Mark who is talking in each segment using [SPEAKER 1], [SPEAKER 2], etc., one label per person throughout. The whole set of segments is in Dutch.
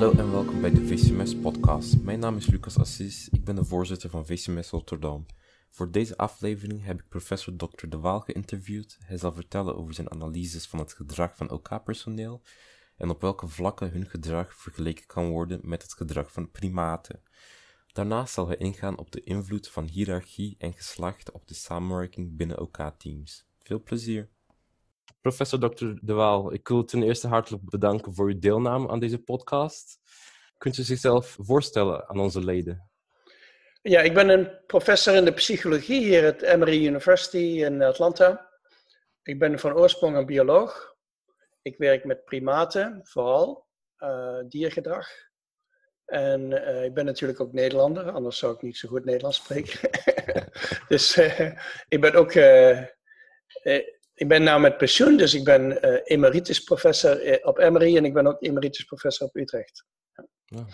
[SPEAKER 1] Hallo en welkom bij de VCMS podcast. Mijn naam is Lucas Assis, ik ben de voorzitter van VCMS Rotterdam. Voor deze aflevering heb ik professor Dr. De Waal geïnterviewd. Hij zal vertellen over zijn analyses van het gedrag van OK-personeel en op welke vlakken hun gedrag vergeleken kan worden met het gedrag van primaten. Daarnaast zal hij ingaan op de invloed van hiërarchie en geslacht op de samenwerking binnen OK-teams. Veel plezier! Professor Dr. De Waal, ik wil ten eerste hartelijk bedanken voor uw deelname aan deze podcast. Kunt u zichzelf voorstellen aan onze leden?
[SPEAKER 2] Ja, ik ben een professor in de psychologie hier at Emory University in Atlanta. Ik ben van oorsprong een bioloog. Ik werk met primaten, vooral diergedrag. En ik ben natuurlijk ook Nederlander, anders zou ik niet zo goed Nederlands spreken. Dus ik ben ook... ik ben nou met pensioen, dus ik ben emeritus professor op Emory en ik ben ook emeritus professor op Utrecht.
[SPEAKER 1] Ja.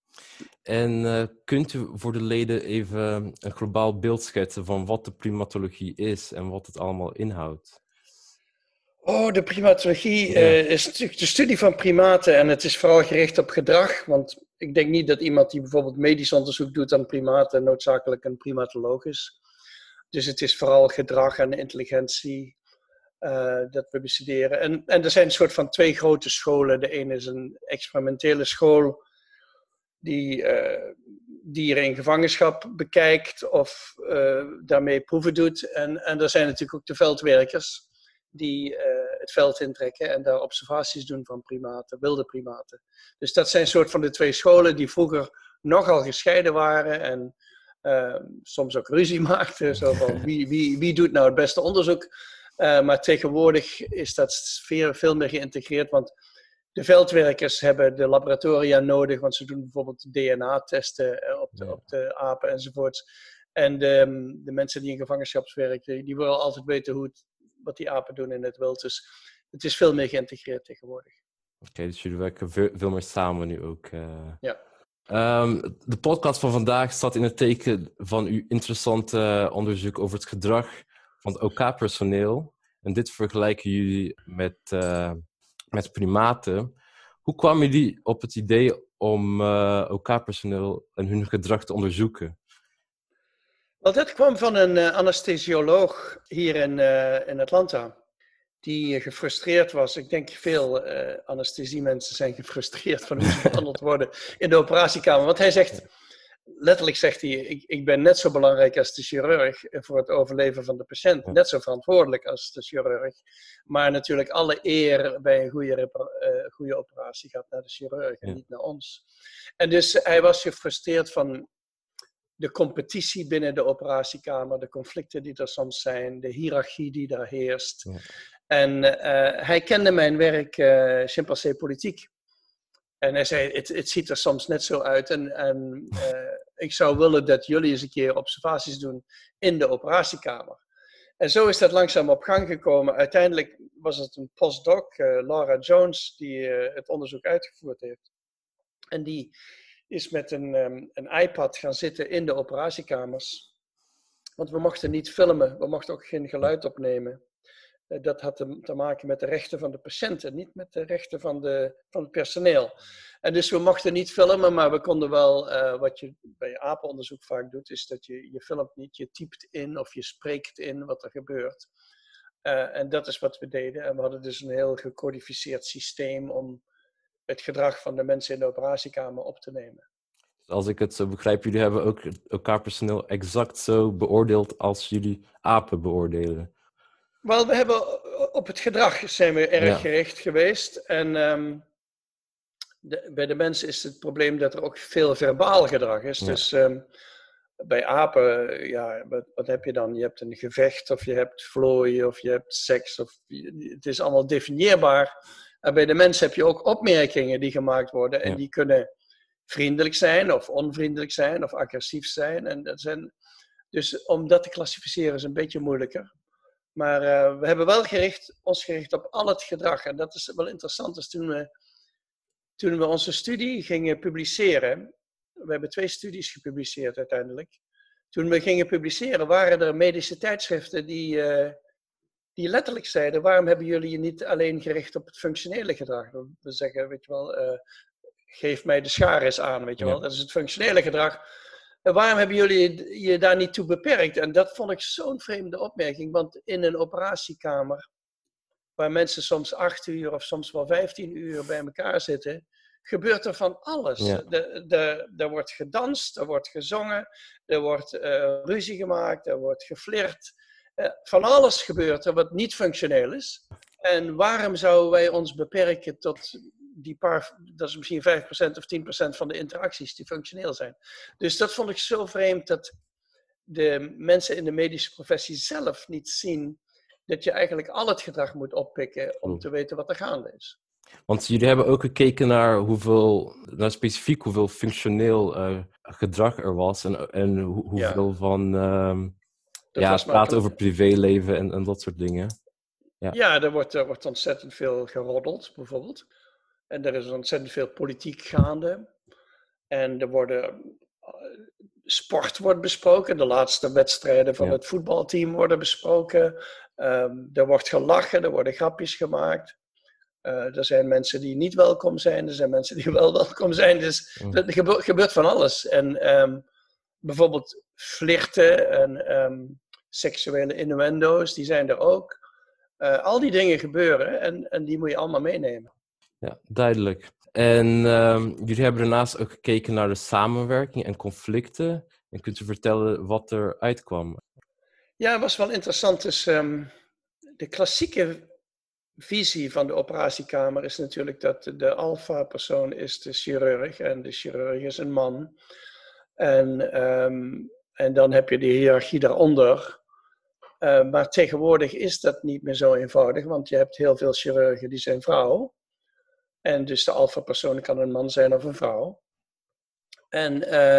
[SPEAKER 1] En kunt u voor de leden even een globaal beeld schetsen van wat de primatologie is en wat het allemaal inhoudt?
[SPEAKER 2] Oh, de primatologie is natuurlijk de studie van primaten en het is vooral gericht op gedrag. Want ik denk niet dat iemand die bijvoorbeeld medisch onderzoek doet aan primaten noodzakelijk een primatoloog is. Dus het is vooral gedrag en intelligentie dat we bestuderen. En er zijn een soort van twee grote scholen. De ene is een experimentele school die dieren in gevangenschap bekijkt of daarmee proeven doet. En er zijn natuurlijk ook de veldwerkers die het veld intrekken en daar observaties doen van primaten, wilde primaten. Dus dat zijn soort van de twee scholen die vroeger nogal gescheiden waren en soms ook ruzie maakten. Zo van wie doet nou het beste onderzoek? Maar tegenwoordig is dat veel meer geïntegreerd, want de veldwerkers hebben de laboratoria nodig, want ze doen bijvoorbeeld DNA-testen op de apen enzovoorts. En de mensen die in gevangenschap werken, die willen altijd weten wat die apen doen in het wild. Dus het is veel meer geïntegreerd tegenwoordig.
[SPEAKER 1] Oké, dus jullie werken veel meer samen nu ook.
[SPEAKER 2] Ja.
[SPEAKER 1] De podcast van vandaag staat in het teken van uw interessante onderzoek over het gedrag van het OK-personeel. En dit vergelijken jullie met primaten. Hoe kwamen jullie op het idee om OK-personeel en hun gedrag te onderzoeken?
[SPEAKER 2] Wel, dat kwam van een anesthesioloog hier in Atlanta, die gefrustreerd was. Ik denk veel anesthesiemensen zijn gefrustreerd van hoe ze behandeld worden in de operatiekamer. Want hij zegt, letterlijk zegt hij, ik ben net zo belangrijk als de chirurg voor het overleven van de patiënt. Net zo verantwoordelijk als de chirurg. Maar natuurlijk alle eer bij een goede operatie gaat naar de chirurg en niet naar ons. En dus hij was gefrustreerd van de competitie binnen de operatiekamer, de conflicten die er soms zijn, de hiërarchie die daar heerst. Ja. En hij kende mijn werk Chimpansee Politiek. En hij zei, het ziet er soms net zo uit. En ik zou willen dat jullie eens een keer observaties doen in de operatiekamer. En zo is dat langzaam op gang gekomen. Uiteindelijk was het een postdoc, Laura Jones, die het onderzoek uitgevoerd heeft. En die is met een iPad gaan zitten in de operatiekamers. Want we mochten niet filmen, we mochten ook geen geluid opnemen. Dat had te maken met de rechten van de patiënten, niet met de rechten van het personeel. En dus we mochten niet filmen, maar we konden wel, wat je bij apenonderzoek vaak doet, is dat je filmt niet, je typt in of je spreekt in wat er gebeurt. En dat is wat we deden. En we hadden dus een heel gecodificeerd systeem om het gedrag van de mensen in de operatiekamer op te nemen.
[SPEAKER 1] Als ik het zo begrijp, jullie hebben ook elkaar personeel exact zo beoordeeld als jullie apen beoordelen.
[SPEAKER 2] Wel, we hebben op het gedrag zijn we erg gericht geweest. En bij de mensen is het probleem dat er ook veel verbaal gedrag is. Ja. Dus bij apen, ja, wat heb je dan? Je hebt een gevecht, of je hebt vlooien, of je hebt seks. Het is allemaal definieerbaar. En bij de mens heb je ook opmerkingen die gemaakt worden. En die kunnen vriendelijk zijn, of onvriendelijk zijn, of agressief zijn. En dus om dat te klassificeren is een beetje moeilijker. Maar we hebben wel ons gericht op al het gedrag. En dat is wel interessant. Dus toen we onze studie gingen publiceren. We hebben 2 studies gepubliceerd uiteindelijk. Toen we gingen publiceren waren er medische tijdschriften die letterlijk zeiden, waarom hebben jullie je niet alleen gericht op het functionele gedrag? We zeggen, weet je wel, geef mij de schaar eens aan, weet je wel.
[SPEAKER 1] Ja.
[SPEAKER 2] Dat is het functionele gedrag. En waarom hebben jullie je daar niet toe beperkt? En dat vond ik zo'n vreemde opmerking, want in een operatiekamer, waar mensen soms 8 uur of soms wel 15 uur bij elkaar zitten, gebeurt er van alles.
[SPEAKER 1] Ja.
[SPEAKER 2] Er wordt gedanst, er wordt gezongen, er wordt ruzie gemaakt, er wordt geflirt. Van alles gebeurt er wat niet functioneel is. En waarom zouden wij ons beperken tot die paar, dat is misschien 5% of 10% van de interacties die functioneel zijn. Dus dat vond ik zo vreemd dat de mensen in de medische professie zelf niet zien dat je eigenlijk al het gedrag moet oppikken om te weten wat er gaande is.
[SPEAKER 1] Want jullie hebben ook gekeken naar specifiek hoeveel functioneel gedrag er was en hoeveel van praten over privéleven en dat soort dingen.
[SPEAKER 2] Ja, er wordt ontzettend veel geroddeld, bijvoorbeeld. En er is ontzettend veel politiek gaande. En sport wordt besproken. De laatste wedstrijden van het voetbalteam worden besproken. Er wordt gelachen, er worden grapjes gemaakt. Er zijn mensen die niet welkom zijn, er zijn mensen die wel welkom zijn. Dus er gebeurt van alles. En bijvoorbeeld flirten en seksuele innuendo's, die zijn er ook. Al die dingen gebeuren en die moet je allemaal meenemen.
[SPEAKER 1] Ja, duidelijk. En jullie hebben daarnaast ook gekeken naar de samenwerking en conflicten. En kunt u vertellen wat er uitkwam?
[SPEAKER 2] Ja, het was wel interessant. Dus de klassieke visie van de operatiekamer is natuurlijk dat de alfa-persoon is de chirurg en de chirurg is een man. En dan heb je de hiërarchie daaronder. Maar tegenwoordig is dat niet meer zo eenvoudig, want je hebt heel veel chirurgen die zijn vrouw. En dus de alfa-persoon kan een man zijn of een vrouw. En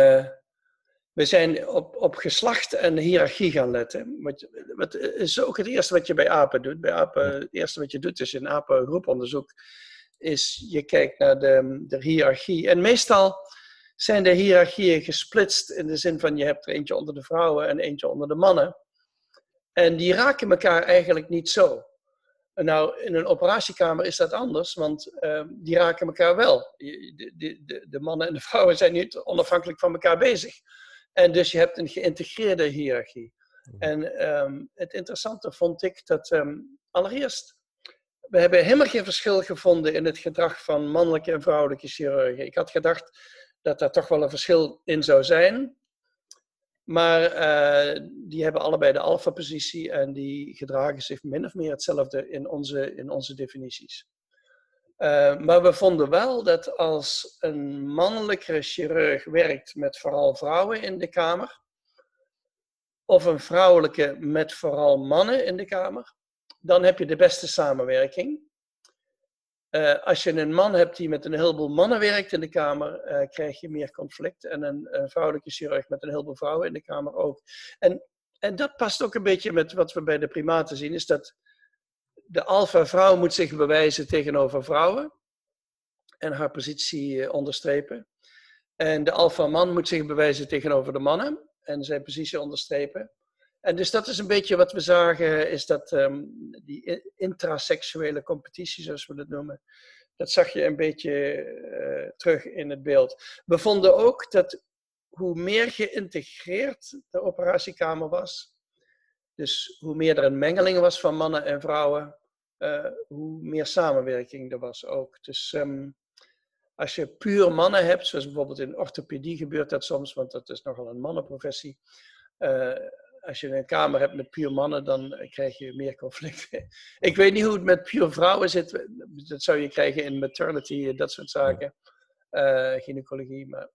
[SPEAKER 2] we zijn op geslacht en hiërarchie gaan letten. Wat is ook het eerste wat je bij apen doet. Bij apen, het eerste wat je doet is in apengroeponderzoek, is je kijkt naar de hiërarchie. En meestal zijn de hiërarchieën gesplitst in de zin van je hebt er eentje onder de vrouwen en eentje onder de mannen. En die raken elkaar eigenlijk niet zo. Nou, in een operatiekamer is dat anders, want die raken elkaar wel. De mannen en de vrouwen zijn niet onafhankelijk van elkaar bezig. En dus je hebt een geïntegreerde hiërarchie. En het interessante vond ik dat allereerst, we hebben helemaal geen verschil gevonden in het gedrag van mannelijke en vrouwelijke chirurgen. Ik had gedacht dat daar toch wel een verschil in zou zijn. Maar die hebben allebei de alfa-positie en die gedragen zich min of meer hetzelfde in onze definities. Maar we vonden wel dat als een mannelijke chirurg werkt met vooral vrouwen in de kamer, of een vrouwelijke met vooral mannen in de kamer, dan heb je de beste samenwerking. Als je een man hebt die met een heleboel mannen werkt in de kamer, krijg je meer conflict. En een vrouwelijke chirurg met een heleboel vrouwen in de kamer ook. En dat past ook een beetje met wat we bij de primaten zien, is dat de alfa-vrouw moet zich bewijzen tegenover vrouwen en haar positie onderstrepen. En de alfa-man moet zich bewijzen tegenover de mannen en zijn positie onderstrepen. En dus dat is een beetje wat we zagen, is dat die intraseksuele competitie, zoals we dat noemen, dat zag je een beetje terug in het beeld. We vonden ook dat hoe meer geïntegreerd de operatiekamer was, dus hoe meer er een mengeling was van mannen en vrouwen, hoe meer samenwerking er was ook. Dus als je puur mannen hebt, zoals bijvoorbeeld in orthopedie gebeurt dat soms, want dat is nogal een mannenprofessie. Als je een kamer hebt met puur mannen, dan krijg je meer conflicten. Ik weet niet hoe het met puur vrouwen zit. Dat zou je krijgen in maternity, dat soort zaken. Gynaecologie, maar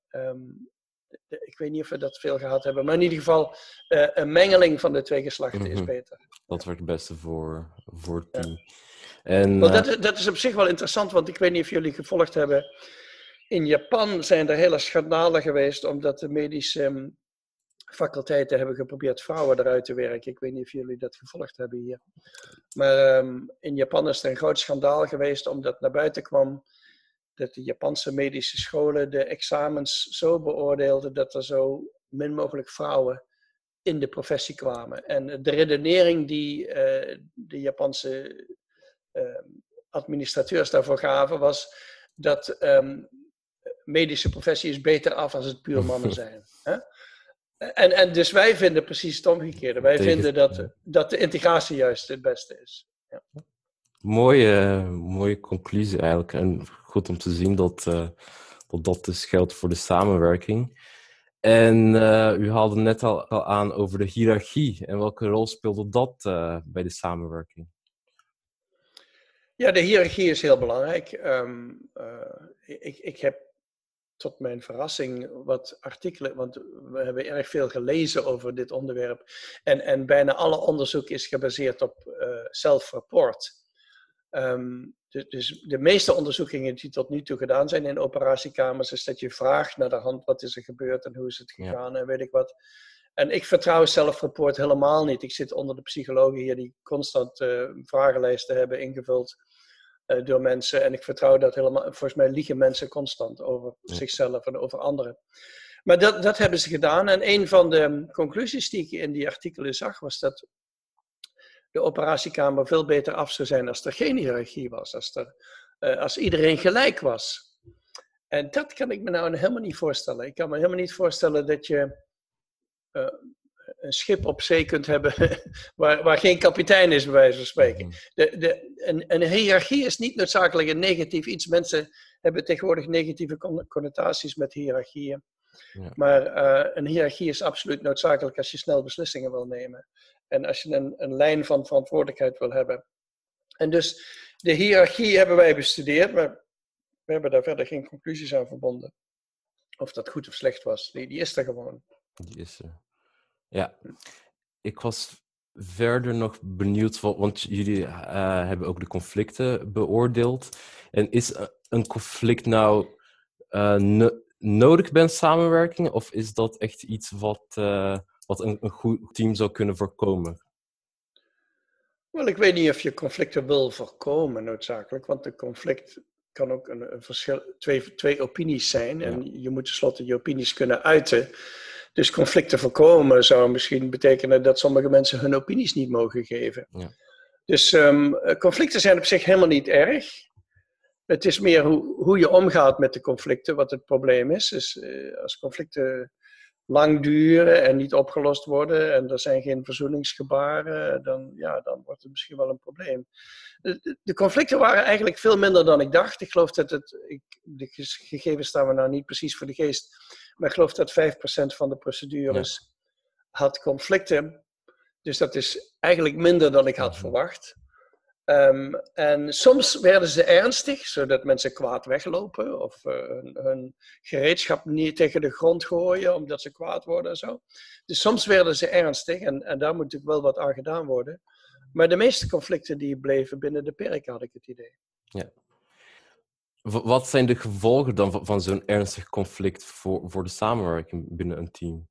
[SPEAKER 2] ik weet niet of we dat veel gehad hebben. Maar in ieder geval, een mengeling van de twee geslachten is beter.
[SPEAKER 1] Dat wordt het beste voor het team.
[SPEAKER 2] Ja.
[SPEAKER 1] En,
[SPEAKER 2] dat is op zich wel interessant, want ik weet niet of jullie gevolgd hebben. In Japan zijn er hele schandalen geweest, omdat de medische faculteiten hebben geprobeerd vrouwen eruit te werken. Ik weet niet of jullie dat gevolgd hebben hier. Maar in Japan is er een groot schandaal geweest, omdat naar buiten kwam dat de Japanse medische scholen de examens zo beoordeelden dat er zo min mogelijk vrouwen in de professie kwamen. En de redenering die de Japanse administrateurs daarvoor gaven was dat medische professie is beter af als het puur mannen zijn. Hè? En dus wij vinden precies het omgekeerde. Wij vinden dat de integratie juist het beste is. Ja.
[SPEAKER 1] Mooie conclusie eigenlijk. En goed om te zien dat dus geldt voor de samenwerking. En u haalde net al aan over de hiërarchie. En welke rol speelde dat bij de samenwerking?
[SPEAKER 2] Ja, de hiërarchie is heel belangrijk. Ik heb tot mijn verrassing wat artikelen, want we hebben erg veel gelezen over dit onderwerp. En bijna alle onderzoek is gebaseerd op self-report. Dus de meeste onderzoekingen die tot nu toe gedaan zijn in operatiekamers, is dat je vraagt naar de hand wat is er gebeurd en hoe is het gegaan en weet ik wat. En ik vertrouw self-report helemaal niet. Ik zit onder de psychologen hier die constant vragenlijsten hebben ingevuld door mensen. En ik vertrouw dat helemaal. Volgens mij liegen mensen constant over zichzelf en over anderen. Maar dat hebben ze gedaan. En een van de conclusies die ik in die artikelen zag, was dat de operatiekamer veel beter af zou zijn als er geen hiërarchie was. Als iedereen gelijk was. En dat kan ik me nou helemaal niet voorstellen. Ik kan me helemaal niet voorstellen dat je een schip op zee kunt hebben waar geen kapitein is, bij wijze van spreken. Een hiërarchie is niet noodzakelijk een negatief iets. Mensen hebben tegenwoordig negatieve connotaties met hiërarchieën. Ja. Maar een hiërarchie is absoluut noodzakelijk als je snel beslissingen wil nemen. En als je een lijn van verantwoordelijkheid wil hebben. En dus de hiërarchie hebben wij bestudeerd, maar we hebben daar verder geen conclusies aan verbonden. Of dat goed of slecht was. Die is er gewoon.
[SPEAKER 1] Die is er. Ja. Ik was verder nog benieuwd, want jullie hebben ook de conflicten beoordeeld. En is een conflict nou nodig bij een samenwerking? Of is dat echt iets wat een goed team zou kunnen voorkomen?
[SPEAKER 2] Wel, ik weet niet of je conflicten wil voorkomen noodzakelijk. Want een conflict kan ook een verschil, twee opinies zijn. En je moet tenslotte je opinies kunnen uiten. Dus conflicten voorkomen zou misschien betekenen dat sommige mensen hun opinies niet mogen geven. Ja. Dus conflicten zijn op zich helemaal niet erg. Het is meer hoe je omgaat met de conflicten wat het probleem is. Dus als conflicten lang duren en niet opgelost worden en er zijn geen verzoeningsgebaren, dan wordt het misschien wel een probleem. De conflicten waren eigenlijk veel minder dan ik dacht. Ik geloof dat de gegevens staan we nou niet precies voor de geest, maar ik geloof dat 5% van de procedures had conflicten. Dus dat is eigenlijk minder dan ik had verwacht. En soms werden ze ernstig, zodat mensen kwaad weglopen of hun gereedschap niet tegen de grond gooien omdat ze kwaad worden en zo. Dus soms werden ze ernstig en daar moet natuurlijk wel wat aan gedaan worden. Maar de meeste conflicten die bleven binnen de perken, had ik het idee.
[SPEAKER 1] Ja. Wat zijn de gevolgen dan van zo'n ernstig conflict voor de samenwerking binnen een team?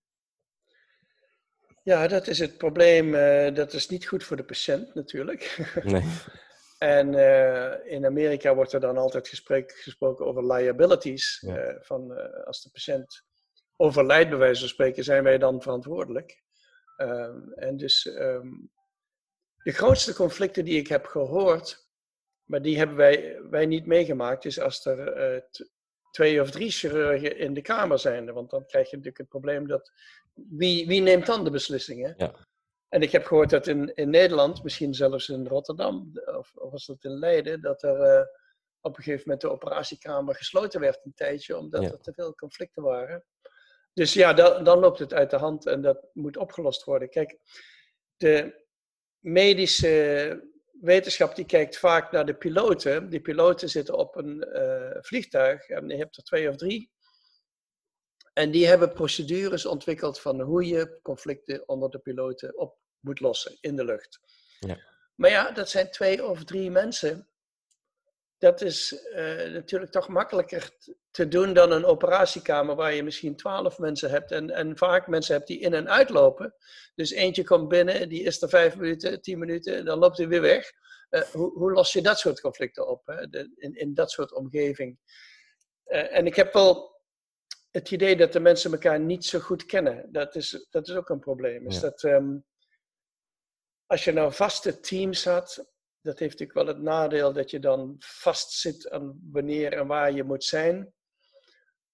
[SPEAKER 2] Ja, dat is het probleem. Dat is niet goed voor de patiënt natuurlijk. Nee. En in Amerika wordt er dan altijd gesproken over liabilities. Ja. Als de patiënt overlijdt, bij wijze van spreken, zijn wij dan verantwoordelijk. En dus de grootste conflicten die ik heb gehoord, maar die hebben wij niet meegemaakt, is als er 2 of 3 chirurgen in de kamer zijn. Want dan krijg je natuurlijk het probleem dat wie neemt dan de beslissingen? Ja. En ik heb gehoord dat in Nederland, misschien zelfs in Rotterdam, of was dat in Leiden, dat er op een gegeven moment de operatiekamer gesloten werd een tijdje, omdat er te veel conflicten waren. Dus ja, dan loopt het uit de hand en dat moet opgelost worden. Kijk, de medische wetenschap die kijkt vaak naar de piloten. Die piloten zitten op een vliegtuig en je hebt er 2 of 3. En die hebben procedures ontwikkeld van hoe je conflicten onder de piloten op moet lossen in de lucht. Ja. Maar ja, dat zijn 2 of 3 mensen. Dat is natuurlijk toch makkelijker te doen dan een operatiekamer waar je misschien 12 mensen hebt. En vaak mensen hebt die in- en uitlopen. Dus eentje komt binnen, die is er 5 minuten, 10 minuten, dan loopt hij weer weg. Hoe los je dat soort conflicten op, hè? In dat soort omgeving? En ik heb wel het idee dat de mensen elkaar niet zo goed kennen. Dat is ook een probleem. Is dat, als je nou vaste teams had, dat heeft natuurlijk wel het nadeel dat je dan vast zit aan wanneer en waar je moet zijn.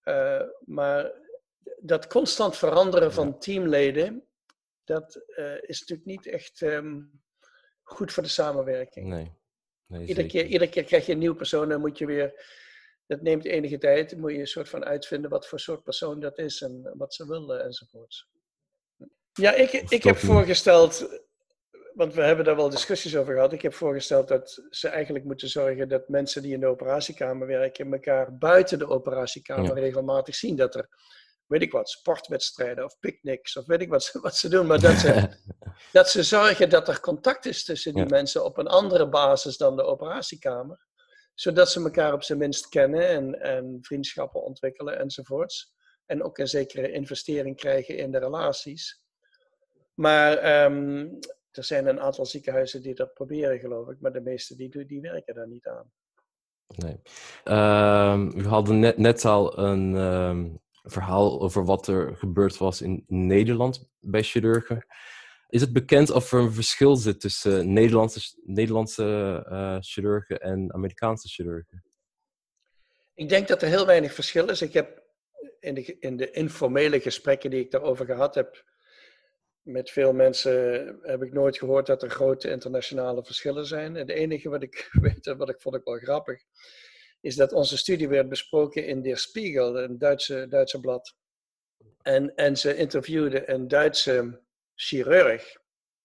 [SPEAKER 2] Maar dat constant veranderen van teamleden, dat is natuurlijk niet echt goed voor de samenwerking.
[SPEAKER 1] Nee,
[SPEAKER 2] Iedere keer krijg je een nieuwe persoon en moet je weer, dat neemt enige tijd, moet je een soort van uitvinden wat voor soort persoon dat is en wat ze willen enzovoorts. Ja, ik heb voorgesteld, want we hebben daar wel discussies over gehad, ik heb voorgesteld dat ze eigenlijk moeten zorgen dat mensen die in de operatiekamer werken elkaar buiten de operatiekamer regelmatig zien. Dat er, weet ik wat, sportwedstrijden of picknicks of weet ik wat ze doen, maar dat ze zorgen dat er contact is tussen die mensen op een andere basis dan de operatiekamer. Zodat ze elkaar op zijn minst kennen en vriendschappen ontwikkelen enzovoorts. En ook een zekere investering krijgen in de relaties. Maar er zijn een aantal ziekenhuizen die dat proberen, geloof ik. Maar de meeste die werken daar niet aan.
[SPEAKER 1] Nee. We hadden net al een verhaal over wat er gebeurd was in Nederland bij chirurgen. Is het bekend of er een verschil zit tussen Nederlandse chirurgen en Amerikaanse chirurgen?
[SPEAKER 2] Ik denk dat er heel weinig verschil is. Ik heb in de informele gesprekken die ik daarover gehad heb met veel mensen, heb ik nooit gehoord dat er grote internationale verschillen zijn. Het enige wat ik weet, wat ik vond ik wel grappig, is dat onze studie werd besproken in Der Spiegel, een Duitse blad. En ze interviewden een Duitse chirurg.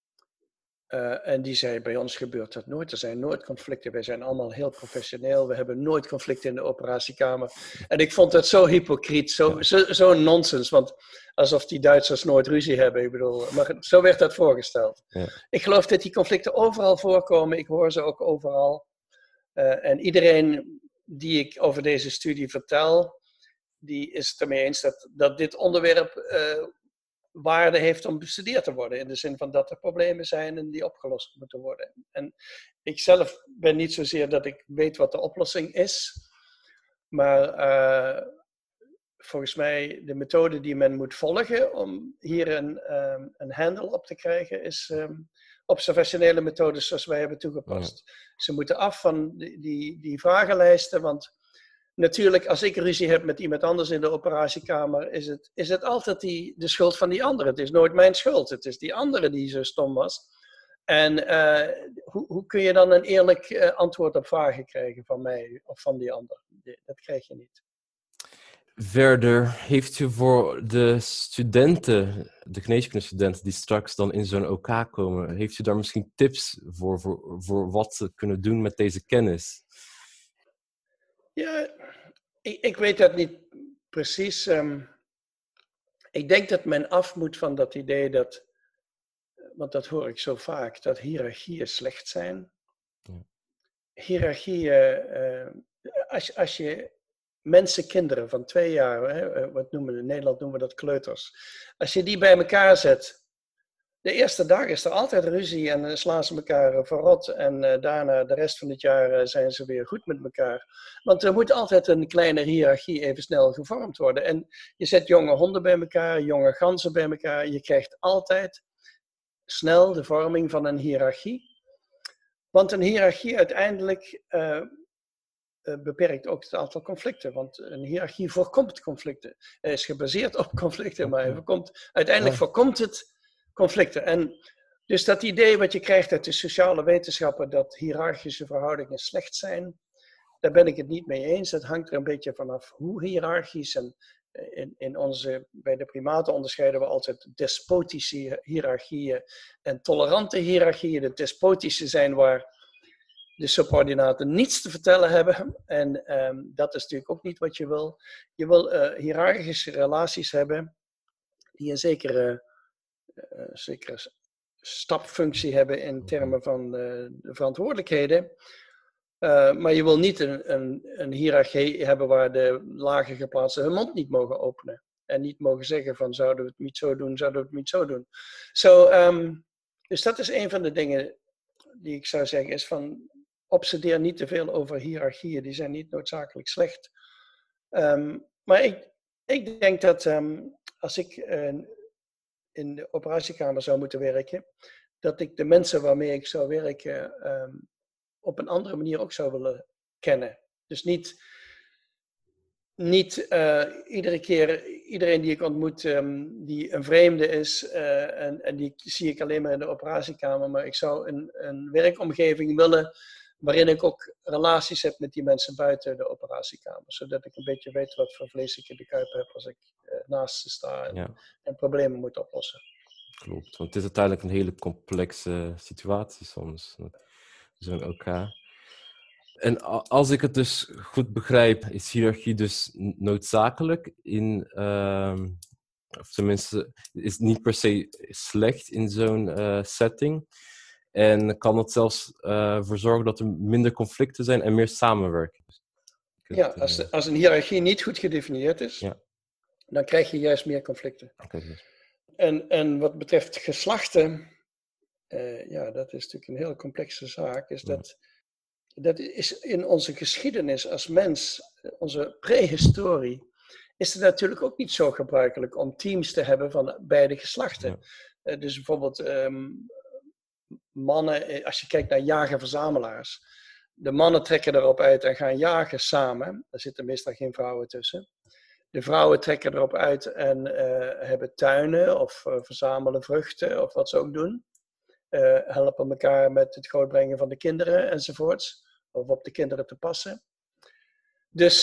[SPEAKER 2] En die zei, bij ons gebeurt dat nooit. Er zijn nooit conflicten. Wij zijn allemaal heel professioneel. We hebben nooit conflicten in de operatiekamer. En ik vond dat zo hypocriet, zo nonsens. Want alsof die Duitsers nooit ruzie hebben. Ik bedoel, maar zo werd dat voorgesteld. Ja. Ik geloof dat die conflicten overal voorkomen. Ik hoor ze ook overal. En iedereen die ik over deze studie vertel, die is het ermee eens dat dit onderwerp waarde heeft om bestudeerd te worden. In de zin van dat er problemen zijn en die opgelost moeten worden. En ik zelf ben niet zozeer dat ik weet wat de oplossing is. Maar volgens mij de methode die men moet volgen om hier een handle op te krijgen is observationele methodes zoals wij hebben toegepast. Ja. Ze moeten af van die vragenlijsten, want natuurlijk, als ik ruzie heb met iemand anders in de operatiekamer, is het altijd de schuld van die andere. Het is nooit mijn schuld. Het is die andere die zo stom was. En hoe kun je dan een eerlijk antwoord op vragen krijgen van mij of van die ander? Dat krijg je niet.
[SPEAKER 1] Verder, heeft u voor de studenten, de geneeskundestudenten die straks dan in zo'n OK komen, heeft u daar misschien tips voor wat ze kunnen doen met deze kennis?
[SPEAKER 2] Ja, ik weet dat niet precies. Ik denk dat men af moet van dat idee dat, want dat hoor ik zo vaak, dat hiërarchieën slecht zijn. Ja. Hiërarchieën, als je mensen, kinderen van 2 jaar, wat noemen we in Nederland noemen we dat kleuters. Als je die bij elkaar zet, de eerste dag is er altijd ruzie en slaan ze elkaar verrot. En daarna de rest van het jaar zijn ze weer goed met elkaar. Want er moet altijd een kleine hiërarchie even snel gevormd worden. En je zet jonge honden bij elkaar, jonge ganzen bij elkaar. Je krijgt altijd snel de vorming van een hiërarchie. Want een hiërarchie uiteindelijk beperkt ook het aantal conflicten. Want een hiërarchie voorkomt conflicten. Hij is gebaseerd op conflicten, maar uiteindelijk voorkomt het conflicten. En dus dat idee wat je krijgt uit de sociale wetenschappen, dat hiërarchische verhoudingen slecht zijn, daar ben ik het niet mee eens. Dat hangt er een beetje vanaf hoe hiërarchisch. En bij de primaten onderscheiden we altijd despotische hiërarchieën en tolerante hiërarchieën. De despotische zijn waar de subordinaten niets te vertellen hebben. En dat is natuurlijk ook niet wat je wil. Je wil hiërarchische relaties hebben die een zekere stapfunctie hebben in termen van de verantwoordelijkheden. Maar je wil niet een hiërarchie hebben waar de lager geplaatsten hun mond niet mogen openen. En niet mogen zeggen van zouden we het niet zo doen, zouden we het niet zo doen. Dus dat is een van de dingen die ik zou zeggen is van obsedeer niet te veel over hiërarchieën. Die zijn niet noodzakelijk slecht. Maar ik denk dat als ik in de operatiekamer zou moeten werken, dat ik de mensen waarmee ik zou werken op een andere manier ook zou willen kennen. Dus niet iedere keer iedereen die ik ontmoet die een vreemde is en die zie ik alleen maar in de operatiekamer. Maar ik zou een werkomgeving willen waarin ik ook relaties heb met die mensen buiten de operatiekamer. Zodat ik een beetje weet wat voor vlees ik in de kuip heb als ik naast ze sta en problemen moet oplossen.
[SPEAKER 1] Klopt, want het is uiteindelijk een hele complexe situatie soms. Zo'n OK. En als ik het dus goed begrijp, is hiërarchie dus noodzakelijk of tenminste, is niet per se slecht in zo'n setting. En kan het zelfs ervoor zorgen dat er minder conflicten zijn en meer samenwerking.
[SPEAKER 2] Ja, als een hiërarchie niet goed gedefinieerd is, dan krijg je juist meer conflicten.
[SPEAKER 1] Okay.
[SPEAKER 2] En wat betreft geslachten, dat is natuurlijk een heel complexe zaak, is dat is in onze geschiedenis als mens, onze prehistorie, is het natuurlijk ook niet zo gebruikelijk om teams te hebben van beide geslachten. Dus bijvoorbeeld mannen, als je kijkt naar jager-verzamelaars, de mannen trekken erop uit en gaan jagen samen. Daar zitten meestal geen vrouwen tussen. De vrouwen trekken erop uit en hebben tuinen of verzamelen vruchten of wat ze ook doen. Helpen elkaar met het grootbrengen van de kinderen enzovoorts. Of op de kinderen te passen. Dus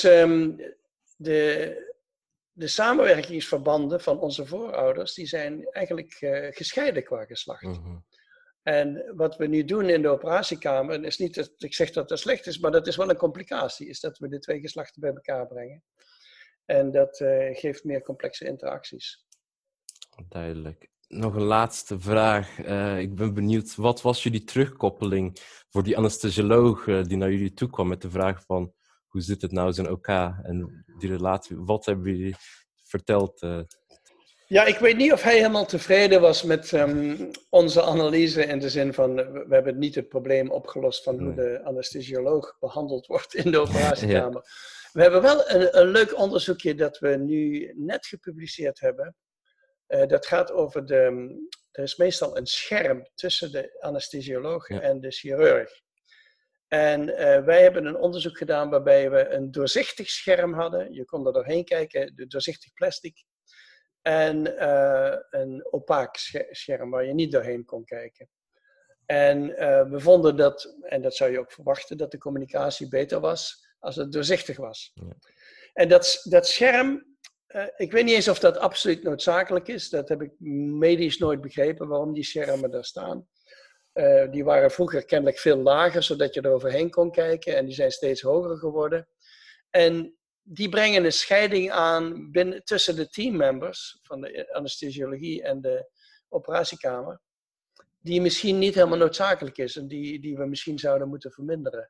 [SPEAKER 2] de samenwerkingsverbanden van onze voorouders, die zijn eigenlijk gescheiden qua geslacht.
[SPEAKER 1] Mm-hmm.
[SPEAKER 2] En wat we nu doen in de operatiekamer, is niet dat ik zeg dat dat slecht is, maar dat is wel een complicatie, is dat we de twee geslachten bij elkaar brengen. En dat geeft meer complexe interacties.
[SPEAKER 1] Duidelijk. Nog een laatste vraag. Ik ben benieuwd, wat was jullie terugkoppeling voor die anesthesioloog die naar jullie toe kwam met de vraag van hoe zit het nou zo'n OK en die relatie, wat hebben jullie verteld?
[SPEAKER 2] Ja, ik weet niet of hij helemaal tevreden was met onze analyse in de zin van we hebben niet het probleem opgelost van hoe de anesthesioloog behandeld wordt in de operatiekamer. We hebben wel een leuk onderzoekje dat we nu net gepubliceerd hebben. Dat gaat over er is meestal een scherm tussen de anesthesioloog en de chirurg. En wij hebben een onderzoek gedaan waarbij we een doorzichtig scherm hadden. Je kon er doorheen kijken, de doorzichtig plastic. En een opaak scherm waar je niet doorheen kon kijken. En we vonden dat, en dat zou je ook verwachten, dat de communicatie beter was als het doorzichtig was. Ja. En dat scherm, ik weet niet eens of dat absoluut noodzakelijk is. Dat heb ik medisch nooit begrepen waarom die schermen daar staan. Die waren vroeger kennelijk veel lager, zodat je er overheen kon kijken. En die zijn steeds hoger geworden. En die brengen een scheiding aan tussen de teammembers van de anesthesiologie en de operatiekamer. Die misschien niet helemaal noodzakelijk is en die we misschien zouden moeten verminderen.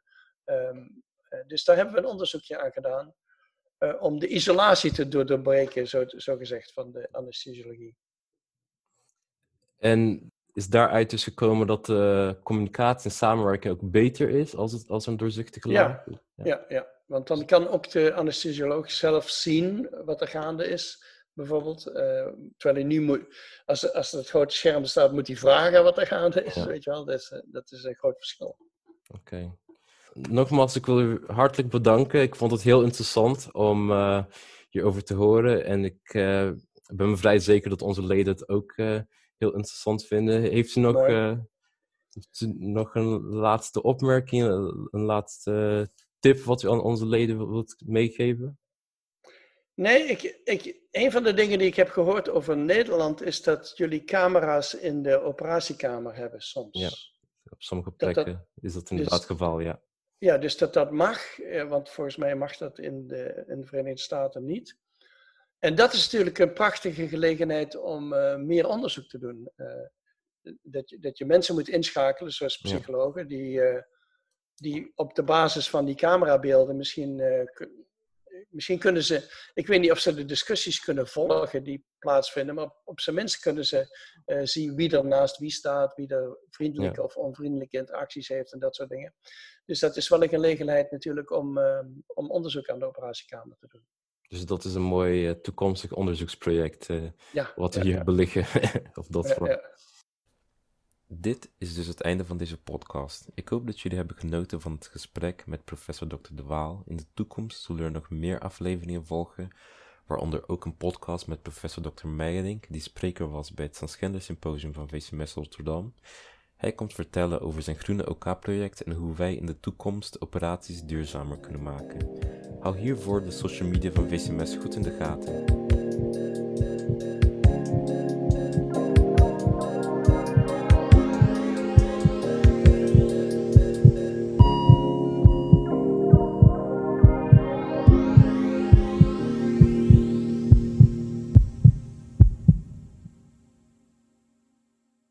[SPEAKER 2] Dus daar hebben we een onderzoekje aan gedaan. Om de isolatie te doorbreken, zo gezegd, van de anesthesiologie.
[SPEAKER 1] En is daaruit dus gekomen dat de communicatie en samenwerking ook beter is als een doorzichtige laag?
[SPEAKER 2] Ja. Want dan kan ook de anesthesioloog zelf zien wat er gaande is, bijvoorbeeld. Terwijl hij nu moet, als het grote scherm staat, moet hij vragen wat er gaande is. Weet je wel, dat is een groot verschil.
[SPEAKER 1] Oké. Nogmaals, ik wil u hartelijk bedanken. Ik vond het heel interessant om hierover te horen. En ik ben me vrij zeker dat onze leden het ook heel interessant vinden. Heeft u nog een laatste opmerking, een laatste tip wat u aan onze leden wilt meegeven?
[SPEAKER 2] Nee, een van de dingen die ik heb gehoord over Nederland is dat jullie camera's in de operatiekamer hebben soms.
[SPEAKER 1] Ja, op sommige plekken is dat inderdaad het geval, ja.
[SPEAKER 2] Ja, dus dat mag, want volgens mij mag dat in de Verenigde Staten niet. En dat is natuurlijk een prachtige gelegenheid om meer onderzoek te doen. Dat je mensen moet inschakelen, zoals psychologen, die op de basis van die camerabeelden misschien kunnen ze, ik weet niet of ze de discussies kunnen volgen die plaatsvinden, maar op zijn minst kunnen ze zien wie er naast wie staat, wie er vriendelijke of onvriendelijke interacties heeft en dat soort dingen. Dus dat is wel een gelegenheid natuurlijk om onderzoek aan de operatiekamer te doen.
[SPEAKER 1] Dus dat is een mooi toekomstig onderzoeksproject wat we hier beliggen op dat vlak. Dit is dus het einde van deze podcast. Ik hoop dat jullie hebben genoten van het gesprek met professor Dr. De Waal. In de toekomst zullen er nog meer afleveringen volgen, waaronder ook een podcast met professor Dr. Meijerink, die spreker was bij het Transgender Symposium van VCMS Rotterdam. Hij komt vertellen over zijn Groene OK-project en hoe wij in de toekomst operaties duurzamer kunnen maken. Hou hiervoor de social media van VCMS goed in de gaten.